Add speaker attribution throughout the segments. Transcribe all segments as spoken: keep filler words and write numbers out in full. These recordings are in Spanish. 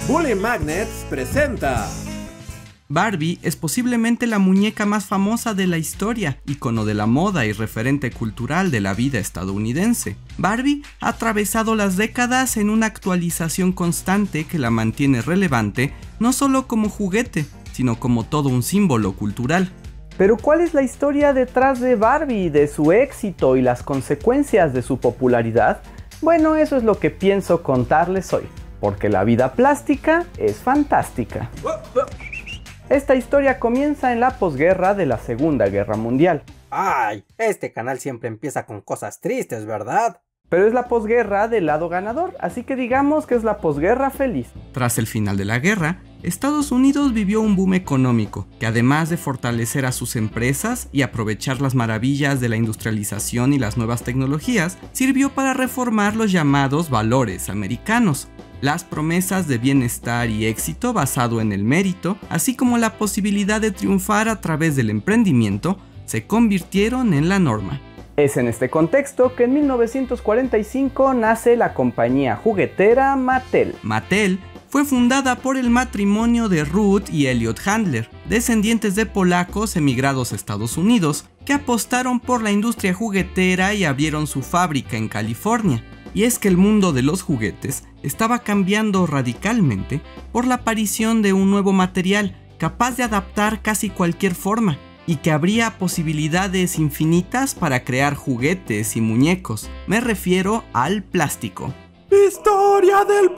Speaker 1: Bully Magnets presenta...
Speaker 2: Barbie es posiblemente la muñeca más famosa de la historia, icono de la moda y referente cultural de la vida estadounidense. Barbie ha atravesado las décadas en una actualización constante que la mantiene relevante, no solo como juguete, sino como todo un símbolo cultural.
Speaker 3: Pero ¿cuál es la historia detrás de Barbie, de su éxito y las consecuencias de su popularidad? Bueno, eso es lo que pienso contarles hoy, porque la vida plástica es fantástica. Esta historia comienza en la posguerra de la Segunda Guerra Mundial.
Speaker 4: Ay, este canal siempre empieza con cosas tristes, ¿verdad?
Speaker 3: Pero es la posguerra del lado ganador, así que digamos que es la posguerra feliz.
Speaker 2: Tras el final de la guerra, Estados Unidos vivió un boom económico, que además de fortalecer a sus empresas y aprovechar las maravillas de la industrialización y las nuevas tecnologías, sirvió para reformar los llamados valores americanos. Las promesas de bienestar y éxito basado en el mérito, así como la posibilidad de triunfar a través del emprendimiento, se convirtieron en la norma.
Speaker 3: Es en este contexto que en mil novecientos cuarenta y cinco nace la compañía juguetera Mattel.
Speaker 2: Mattel fue fundada por el matrimonio de Ruth y Elliot Handler, descendientes de polacos emigrados a Estados Unidos, que apostaron por la industria juguetera y abrieron su fábrica en California. Y es que el mundo de los juguetes estaba cambiando radicalmente por la aparición de un nuevo material capaz de adaptar casi cualquier forma y que abría posibilidades infinitas para crear juguetes y muñecos. Me refiero al plástico.
Speaker 1: ¡Historia del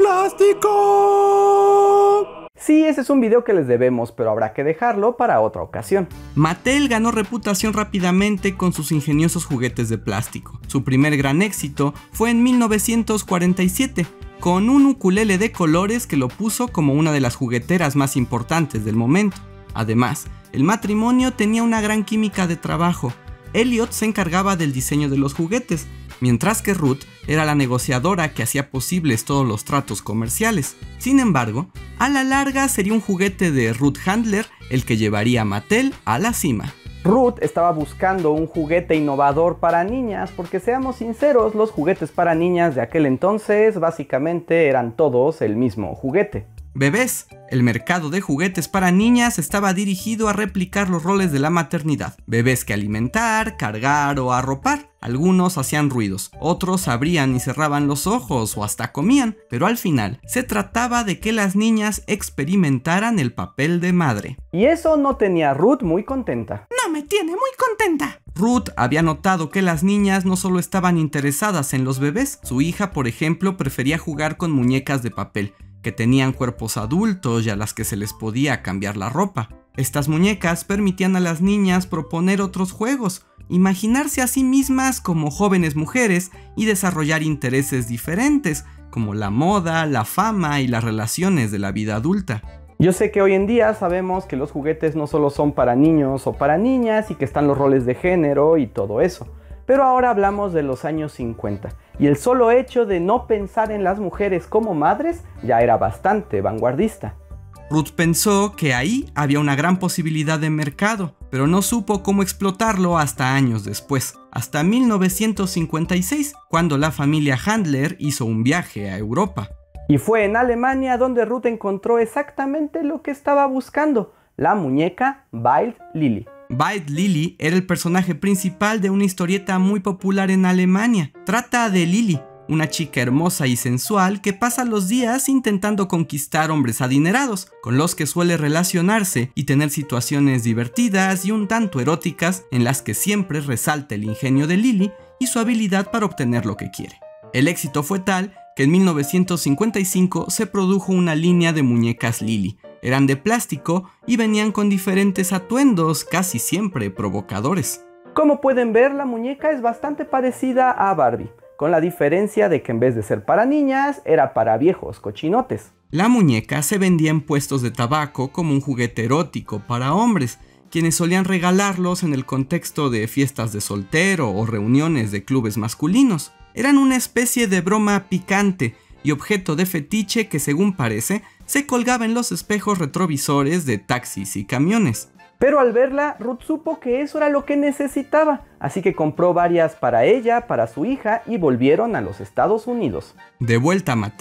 Speaker 1: plástico!
Speaker 3: Sí, ese es un video que les debemos, pero habrá que dejarlo para otra ocasión.
Speaker 2: Mattel ganó reputación rápidamente con sus ingeniosos juguetes de plástico. Su primer gran éxito fue en mil novecientos cuarenta y siete, con un ukulele de colores que lo puso como una de las jugueteras más importantes del momento. Además, el matrimonio tenía una gran química de trabajo. Elliot se encargaba del diseño de los juguetes, mientras que Ruth era la negociadora que hacía posibles todos los tratos comerciales. Sin embargo, a la larga sería un juguete de Ruth Handler el que llevaría a Mattel a la cima.
Speaker 3: Ruth estaba buscando un juguete innovador para niñas, porque seamos sinceros, los juguetes para niñas de aquel entonces básicamente eran todos el mismo juguete.
Speaker 2: Bebés. El mercado de juguetes para niñas estaba dirigido a replicar los roles de la maternidad. Bebés que alimentar, cargar o arropar. Algunos hacían ruidos, otros abrían y cerraban los ojos o hasta comían, pero al final se trataba de que las niñas experimentaran el papel de madre.
Speaker 3: Y eso no tenía a Ruth muy contenta.
Speaker 2: ¡No me tiene muy contenta! Ruth había notado que las niñas no solo estaban interesadas en los bebés. Su hija, por ejemplo, prefería jugar con muñecas de papel, que tenían cuerpos adultos y a las que se les podía cambiar la ropa. Estas muñecas permitían a las niñas proponer otros juegos, imaginarse a sí mismas como jóvenes mujeres y desarrollar intereses diferentes, como la moda, la fama y las relaciones de la vida adulta.
Speaker 3: Yo sé que hoy en día sabemos que los juguetes no solo son para niños o para niñas y que están los roles de género y todo eso. Pero ahora hablamos de los años cincuenta, y el solo hecho de no pensar en las mujeres como madres ya era bastante vanguardista.
Speaker 2: Ruth pensó que ahí había una gran posibilidad de mercado, pero no supo cómo explotarlo hasta años después, hasta mil novecientos cincuenta y seis, cuando la familia Handler hizo un viaje a Europa.
Speaker 3: Y fue en Alemania donde Ruth encontró exactamente lo que estaba buscando, la muñeca Wild Lily.
Speaker 2: Wild Lily era el personaje principal de una historieta muy popular en Alemania. Trata de Lily, una chica hermosa y sensual que pasa los días intentando conquistar hombres adinerados, con los que suele relacionarse y tener situaciones divertidas y un tanto eróticas en las que siempre resalta el ingenio de Lily y su habilidad para obtener lo que quiere. El éxito fue tal que en mil novecientos cincuenta y cinco se produjo una línea de muñecas Lily. Eran de plástico y venían con diferentes atuendos, casi siempre provocadores.
Speaker 3: Como pueden ver, la muñeca es bastante parecida a Barbie, con la diferencia de que en vez de ser para niñas, era para viejos cochinotes.
Speaker 2: La muñeca se vendía en puestos de tabaco como un juguete erótico para hombres, quienes solían regalarlos en el contexto de fiestas de soltero o reuniones de clubes masculinos. Eran una especie de broma picante y objeto de fetiche que, según parece, se colgaba en los espejos retrovisores de taxis y camiones.
Speaker 3: Pero al verla, Ruth supo que eso era lo que necesitaba, así que compró varias para ella, para su hija y volvieron a los Estados Unidos.
Speaker 2: De vuelta a Mattel,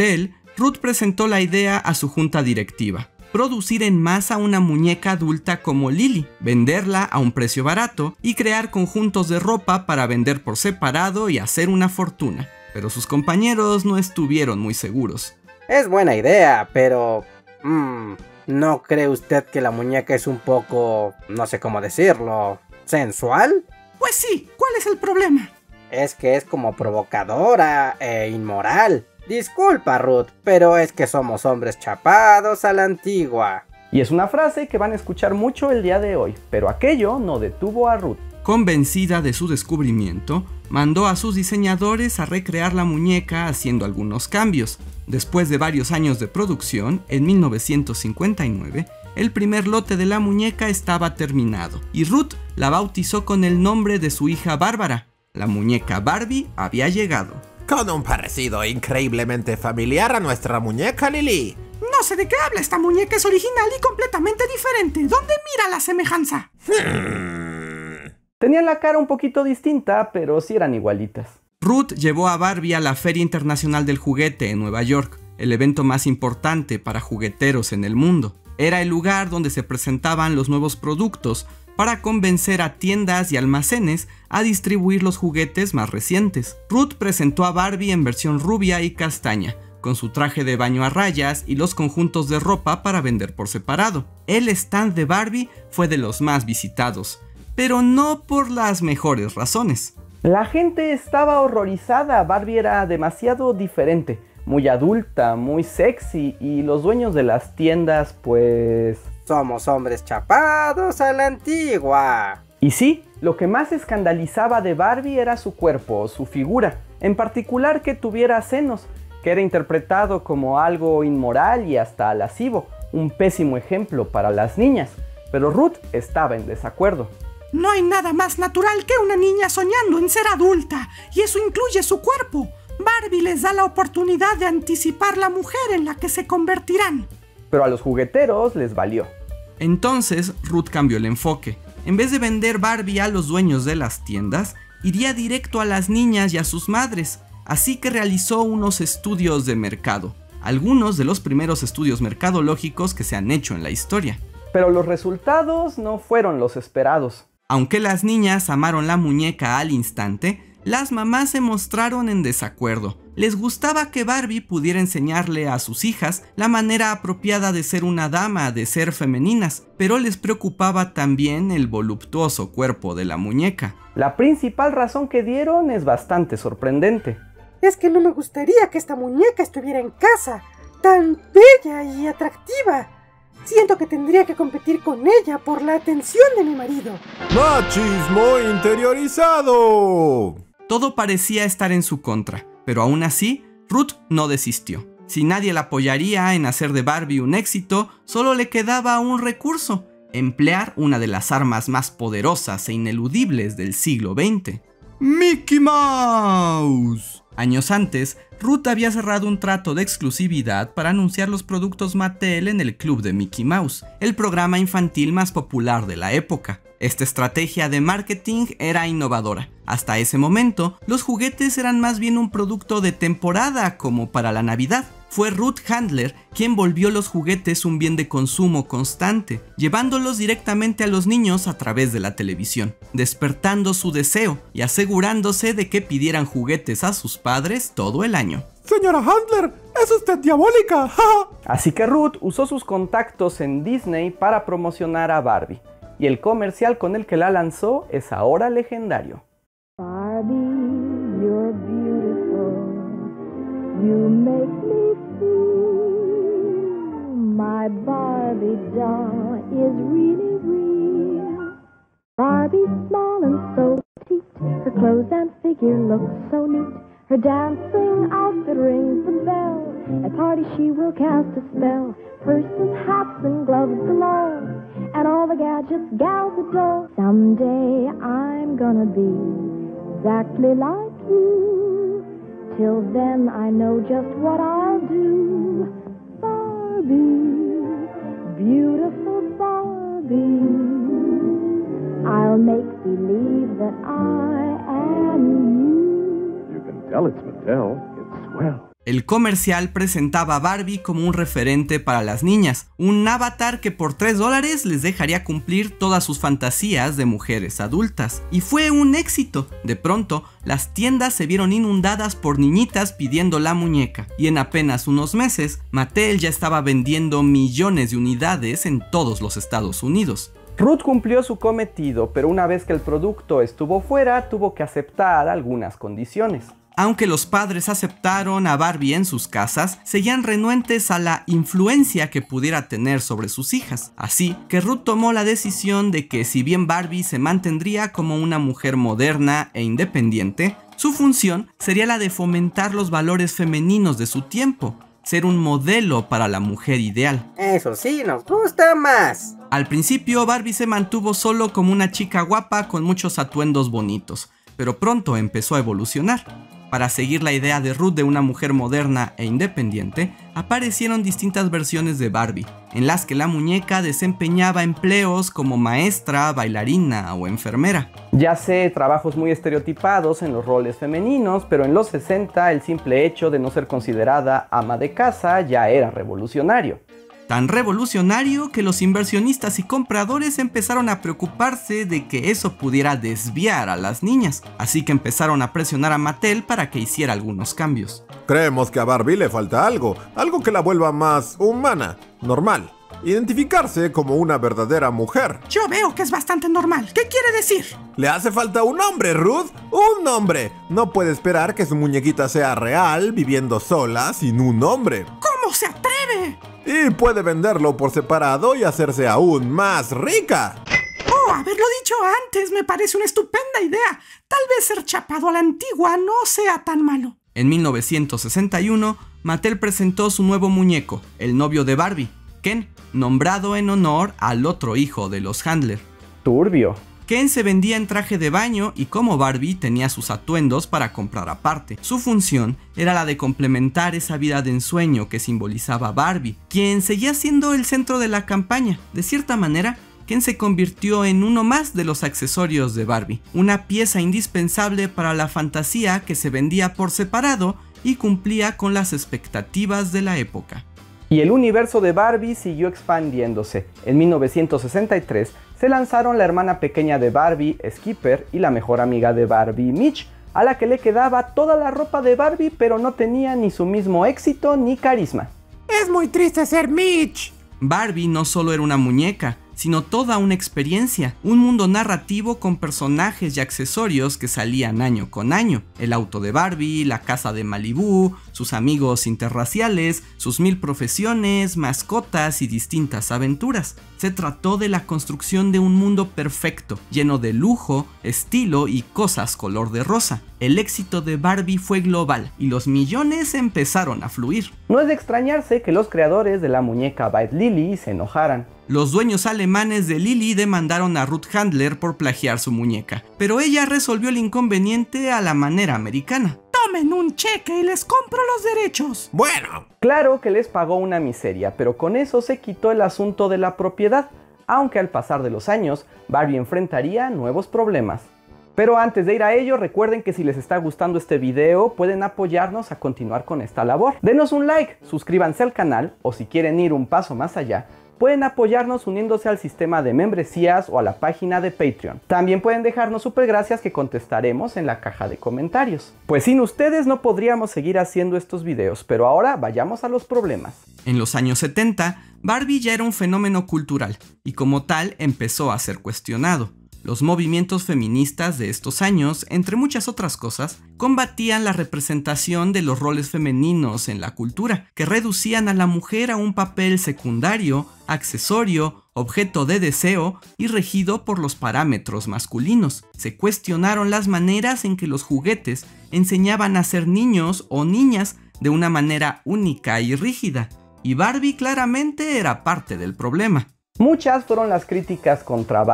Speaker 2: Ruth presentó la idea a su junta directiva: producir en masa una muñeca adulta como Lily, venderla a un precio barato y crear conjuntos de ropa para vender por separado y hacer una fortuna. Pero sus compañeros no estuvieron muy seguros.
Speaker 4: Es buena idea, pero... Mmm, ¿no cree usted que la muñeca es un poco... no sé cómo decirlo... sensual?
Speaker 5: Pues sí, ¿cuál es el problema?
Speaker 4: Es que es como provocadora e inmoral. Disculpa, Ruth, pero es que somos hombres chapados a la antigua.
Speaker 3: Y es una frase que van a escuchar mucho el día de hoy, pero aquello no detuvo a Ruth.
Speaker 2: Convencida de su descubrimiento, mandó a sus diseñadores a recrear la muñeca haciendo algunos cambios. Después de varios años de producción, en mil novecientos cincuenta y nueve, el primer lote de la muñeca estaba terminado, y Ruth la bautizó con el nombre de su hija Bárbara. La muñeca Barbie había llegado.
Speaker 1: Con un parecido increíblemente familiar a nuestra muñeca Lily.
Speaker 5: No sé de qué habla, esta muñeca es original y completamente diferente. ¿Dónde mira la semejanza?
Speaker 3: Tenían la cara un poquito distinta, pero sí eran igualitas.
Speaker 2: Ruth llevó a Barbie a la Feria Internacional del Juguete en Nueva York, el evento más importante para jugueteros en el mundo. Era el lugar donde se presentaban los nuevos productos para convencer a tiendas y almacenes a distribuir los juguetes más recientes. Ruth presentó a Barbie en versión rubia y castaña, con su traje de baño a rayas y los conjuntos de ropa para vender por separado. El stand de Barbie fue de los más visitados, pero no por las mejores razones.
Speaker 3: La gente estaba horrorizada. Barbie era demasiado diferente, muy adulta, muy sexy, y los dueños de las tiendas, pues...
Speaker 4: somos hombres chapados a la antigua.
Speaker 3: Y sí, lo que más escandalizaba de Barbie era su cuerpo, su figura, en particular que tuviera senos, que era interpretado como algo inmoral y hasta lascivo, un pésimo ejemplo para las niñas, pero Ruth estaba en desacuerdo.
Speaker 5: No hay nada más natural que una niña soñando en ser adulta, y eso incluye su cuerpo. Barbie les da la oportunidad de anticipar la mujer en la que se convertirán.
Speaker 3: Pero a los jugueteros les valió.
Speaker 2: Entonces Ruth cambió el enfoque. En vez de vender Barbie a los dueños de las tiendas, iría directo a las niñas y a sus madres. Así que realizó unos estudios de mercado, algunos de los primeros estudios mercadológicos que se han hecho en la historia.
Speaker 3: Pero los resultados no fueron los esperados.
Speaker 2: Aunque las niñas amaron la muñeca al instante, las mamás se mostraron en desacuerdo. Les gustaba que Barbie pudiera enseñarle a sus hijas la manera apropiada de ser una dama, de ser femeninas, pero les preocupaba también el voluptuoso cuerpo de la muñeca.
Speaker 3: La principal razón que dieron es bastante sorprendente.
Speaker 6: Es que no me gustaría que esta muñeca estuviera en casa, tan bella y atractiva. Siento que tendría que competir con ella por la atención de mi marido.
Speaker 1: ¡Machismo interiorizado!
Speaker 2: Todo parecía estar en su contra, pero aún así, Ruth no desistió. Si nadie la apoyaría en hacer de Barbie un éxito, solo le quedaba un recurso: emplear una de las armas más poderosas e ineludibles del siglo veinte. ¡Mickey Mouse! Años antes, Ruth había cerrado un trato de exclusividad para anunciar los productos Mattel en el Club de Mickey Mouse, el programa infantil más popular de la época. Esta estrategia de marketing era innovadora. Hasta ese momento, los juguetes eran más bien un producto de temporada, como para la Navidad. Fue Ruth Handler quien volvió los juguetes un bien de consumo constante, llevándolos directamente a los niños a través de la televisión, despertando su deseo y asegurándose de que pidieran juguetes a sus padres todo el año.
Speaker 1: Señora Handler, es usted diabólica.
Speaker 3: Así que Ruth usó sus contactos en Disney para promocionar a Barbie, y el comercial con el que la lanzó es ahora legendario.
Speaker 7: Barbie, you're beautiful. You make me feel my Barbie doll is really real. Barbie's small and so petite. Her clothes and figure look so neat. Her dancing outfit rings the bell. At parties she will cast a spell. Purses, hats, and gloves galore. And all the gadgets gals adore. Someday I'm gonna be exactly like you. Till then I know just what I'll do. Barbie, beautiful Barbie, I'll make believe that I am you.
Speaker 8: You can tell it's Mattel. It's swell.
Speaker 2: El comercial presentaba a Barbie como un referente para las niñas, un avatar que por tres dólares les dejaría cumplir todas sus fantasías de mujeres adultas. Y fue un éxito. De pronto, las tiendas se vieron inundadas por niñitas pidiendo la muñeca, y en apenas unos meses, Mattel ya estaba vendiendo millones de unidades en todos los Estados Unidos.
Speaker 3: Ruth cumplió su cometido, pero una vez que el producto estuvo fuera, tuvo que aceptar algunas condiciones.
Speaker 2: Aunque los padres aceptaron a Barbie en sus casas, seguían renuentes a la influencia que pudiera tener sobre sus hijas. Así que Ruth tomó la decisión de que si bien Barbie se mantendría como una mujer moderna e independiente, su función sería la de fomentar los valores femeninos de su tiempo, ser un modelo para la mujer ideal.
Speaker 4: Eso sí, nos gusta más.
Speaker 2: Al principio, Barbie se mantuvo solo como una chica guapa con muchos atuendos bonitos, pero pronto empezó a evolucionar. Para seguir la idea de Ruth de una mujer moderna e independiente, aparecieron distintas versiones de Barbie, en las que la muñeca desempeñaba empleos como maestra, bailarina o enfermera.
Speaker 3: Ya sé, trabajos muy estereotipados en los roles femeninos, pero en los sesenta el simple hecho de no ser considerada ama de casa ya era revolucionario.
Speaker 2: Tan revolucionario que los inversionistas y compradores empezaron a preocuparse de que eso pudiera desviar a las niñas, así que empezaron a presionar a Mattel para que hiciera algunos cambios.
Speaker 1: Creemos que a Barbie le falta algo, algo que la vuelva más humana, normal. Identificarse como una verdadera mujer.
Speaker 5: Yo veo que es bastante normal. ¿Qué quiere decir?
Speaker 1: Le hace falta un hombre, Ruth. ¡Un hombre! No puede esperar que su muñequita sea real viviendo sola sin un hombre.
Speaker 5: ¿Cómo se atreve?
Speaker 1: Y puede venderlo por separado y hacerse aún más rica.
Speaker 5: Oh, haberlo dicho antes me parece una estupenda idea. Tal vez ser chapado a la antigua no sea tan malo.
Speaker 2: En mil novecientos sesenta y uno, Mattel presentó su nuevo muñeco, el novio de Barbie, Ken, nombrado en honor al otro hijo de los Handler.
Speaker 3: Turbio.
Speaker 2: Ken se vendía en traje de baño y como Barbie tenía sus atuendos para comprar aparte. Su función era la de complementar esa vida de ensueño que simbolizaba a Barbie, quien seguía siendo el centro de la campaña. De cierta manera, Ken se convirtió en uno más de los accesorios de Barbie, una pieza indispensable para la fantasía que se vendía por separado y cumplía con las expectativas de la época.
Speaker 3: Y el universo de Barbie siguió expandiéndose. En mil novecientos sesenta y tres se lanzaron la hermana pequeña de Barbie, Skipper, y la mejor amiga de Barbie, Mitch, a la que le quedaba toda la ropa de Barbie, pero no tenía ni su mismo éxito ni carisma.
Speaker 5: Es muy triste ser Mitch.
Speaker 2: Barbie no solo era una muñeca, sino toda una experiencia, un mundo narrativo con personajes y accesorios que salían año con año. El auto de Barbie, la casa de Malibú, sus amigos interraciales, sus mil profesiones, mascotas y distintas aventuras. Se trató de la construcción de un mundo perfecto, lleno de lujo, estilo y cosas color de rosa. El éxito de Barbie fue global y los millones empezaron a fluir.
Speaker 3: No es de extrañarse que los creadores de la muñeca Bite Lily se enojaran.
Speaker 2: Los dueños alemanes de Lily demandaron a Ruth Handler por plagiar su muñeca, pero ella resolvió el inconveniente a la manera americana.
Speaker 5: Tomen un cheque y les compro los derechos.
Speaker 1: Bueno.
Speaker 3: Claro que les pagó una miseria, pero con eso se quitó el asunto de la propiedad, aunque al pasar de los años, Barbie enfrentaría nuevos problemas. Pero antes de ir a ello, recuerden que si les está gustando este video, pueden apoyarnos a continuar con esta labor. Denos un like, suscríbanse al canal, o si quieren ir un paso más allá, pueden apoyarnos uniéndose al sistema de membresías o a la página de Patreon. También pueden dejarnos super gracias que contestaremos en la caja de comentarios. Pues sin ustedes no podríamos seguir haciendo estos videos, pero ahora vayamos a los problemas.
Speaker 2: En los años setenta, Barbie ya era un fenómeno cultural y como tal empezó a ser cuestionado. Los movimientos feministas de estos años, entre muchas otras cosas, combatían la representación de los roles femeninos en la cultura, que reducían a la mujer a un papel secundario, accesorio, objeto de deseo y regido por los parámetros masculinos. Se cuestionaron las maneras en que los juguetes enseñaban a ser niños o niñas de una manera única y rígida, y Barbie claramente era parte del problema.
Speaker 3: Muchas fueron las críticas contra Barbie.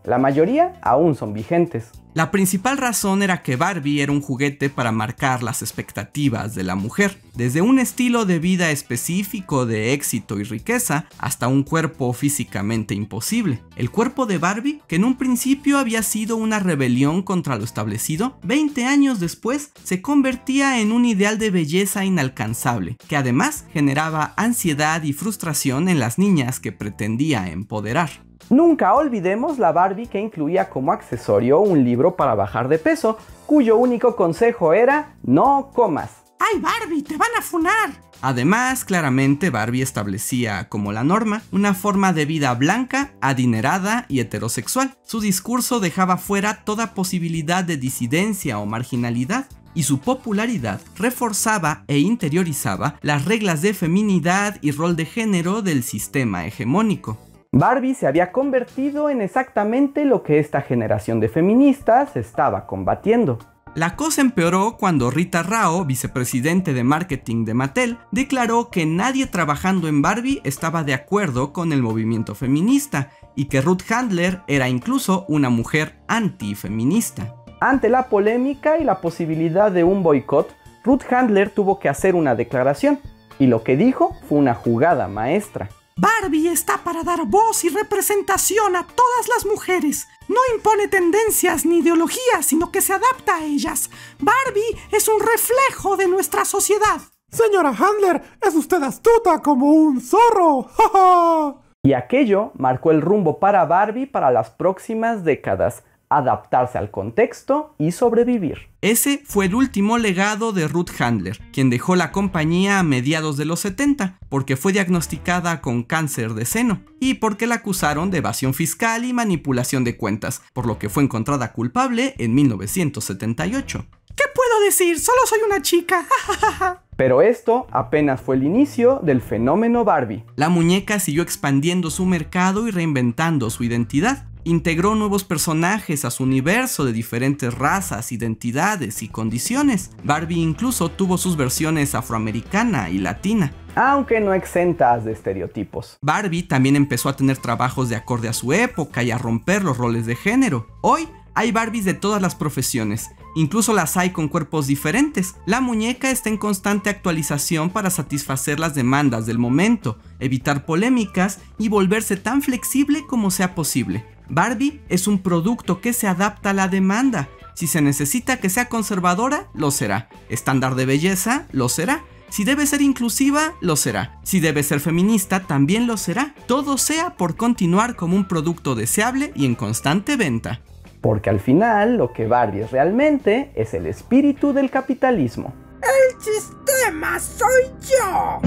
Speaker 3: La mayoría aún son vigentes.
Speaker 2: La principal razón era que Barbie era un juguete para marcar las expectativas de la mujer, desde un estilo de vida específico de éxito y riqueza hasta un cuerpo físicamente imposible. El cuerpo de Barbie, que en un principio había sido una rebelión contra lo establecido, veinte años después se convertía en un ideal de belleza inalcanzable, que además generaba ansiedad y frustración en las niñas que pretendía empoderar.
Speaker 3: Nunca olvidemos la Barbie que incluía como accesorio un libro para bajar de peso, cuyo único consejo era no comas.
Speaker 5: ¡Ay, Barbie, te van a funar!
Speaker 2: Además, claramente Barbie establecía como la norma una forma de vida blanca, adinerada y heterosexual. Su discurso dejaba fuera toda posibilidad de disidencia o marginalidad, y su popularidad reforzaba e interiorizaba las reglas de feminidad y rol de género del sistema hegemónico.
Speaker 3: Barbie se había convertido en exactamente lo que esta generación de feministas estaba combatiendo.
Speaker 2: La cosa empeoró cuando Rita Rao, vicepresidente de marketing de Mattel, declaró que nadie trabajando en Barbie estaba de acuerdo con el movimiento feminista y que Ruth Handler era incluso una mujer antifeminista.
Speaker 3: Ante la polémica y la posibilidad de un boicot, Ruth Handler tuvo que hacer una declaración, y lo que dijo fue una jugada maestra.
Speaker 5: Barbie está para dar voz y representación a todas las mujeres. No impone tendencias ni ideologías, sino que se adapta a ellas. Barbie es un reflejo de nuestra sociedad.
Speaker 1: Señora Handler, es usted astuta como un zorro. ¡Ja, ja!
Speaker 3: Y aquello marcó el rumbo para Barbie para las próximas décadas. Adaptarse al contexto y sobrevivir.
Speaker 2: Ese fue el último legado de Ruth Handler, quien dejó la compañía a mediados de los setenta, porque fue diagnosticada con cáncer de seno, y porque la acusaron de evasión fiscal y manipulación de cuentas, por lo que fue encontrada culpable en mil novecientos setenta y ocho.
Speaker 5: ¿Qué puedo decir? Solo soy una chica.
Speaker 3: Pero esto apenas fue el inicio del fenómeno Barbie.
Speaker 2: La muñeca siguió expandiendo su mercado y reinventando su identidad. Integró nuevos personajes a su universo de diferentes razas, identidades y condiciones. Barbie incluso tuvo sus versiones afroamericana y latina,
Speaker 3: aunque no exentas de estereotipos.
Speaker 2: Barbie también empezó a tener trabajos de acorde a su época y a romper los roles de género. Hoy hay Barbies de todas las profesiones, incluso las hay con cuerpos diferentes. La muñeca está en constante actualización para satisfacer las demandas del momento, evitar polémicas y volverse tan flexible como sea posible. Barbie es un producto que se adapta a la demanda. Si se necesita que sea conservadora, lo será. Estándar de belleza, lo será. Si debe ser inclusiva, lo será. Si debe ser feminista, también lo será. Todo sea por continuar como un producto deseable y en constante venta.
Speaker 3: Porque al final, lo que Barbie es realmente es el espíritu del capitalismo.
Speaker 6: ¡El sistema soy yo!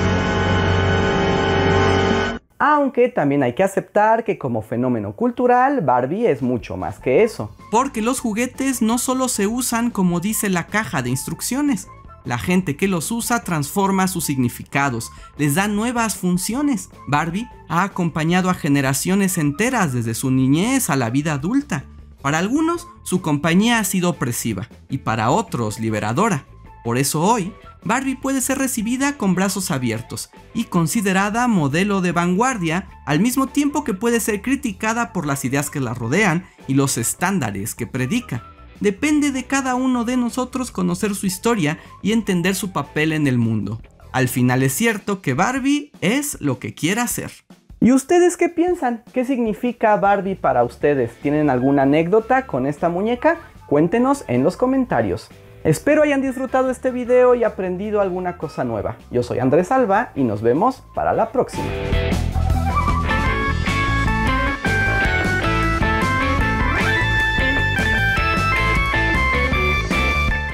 Speaker 3: Aunque también hay que aceptar que como fenómeno cultural, Barbie es mucho más que eso.
Speaker 2: Porque los juguetes no solo se usan como dice la caja de instrucciones. La gente que los usa transforma sus significados, les da nuevas funciones. Barbie ha acompañado a generaciones enteras desde su niñez a la vida adulta. Para algunos, su compañía ha sido opresiva y para otros liberadora. Por eso hoy, Barbie puede ser recibida con brazos abiertos y considerada modelo de vanguardia, al mismo tiempo que puede ser criticada por las ideas que la rodean y los estándares que predica. Depende de cada uno de nosotros conocer su historia y entender su papel en el mundo. Al final es cierto que Barbie es lo que quiera ser.
Speaker 3: ¿Y ustedes qué piensan? ¿Qué significa Barbie para ustedes? ¿Tienen alguna anécdota con esta muñeca? Cuéntenos en los comentarios. Espero hayan disfrutado este video y aprendido alguna cosa nueva. Yo soy Andrés Alba y nos vemos para la próxima.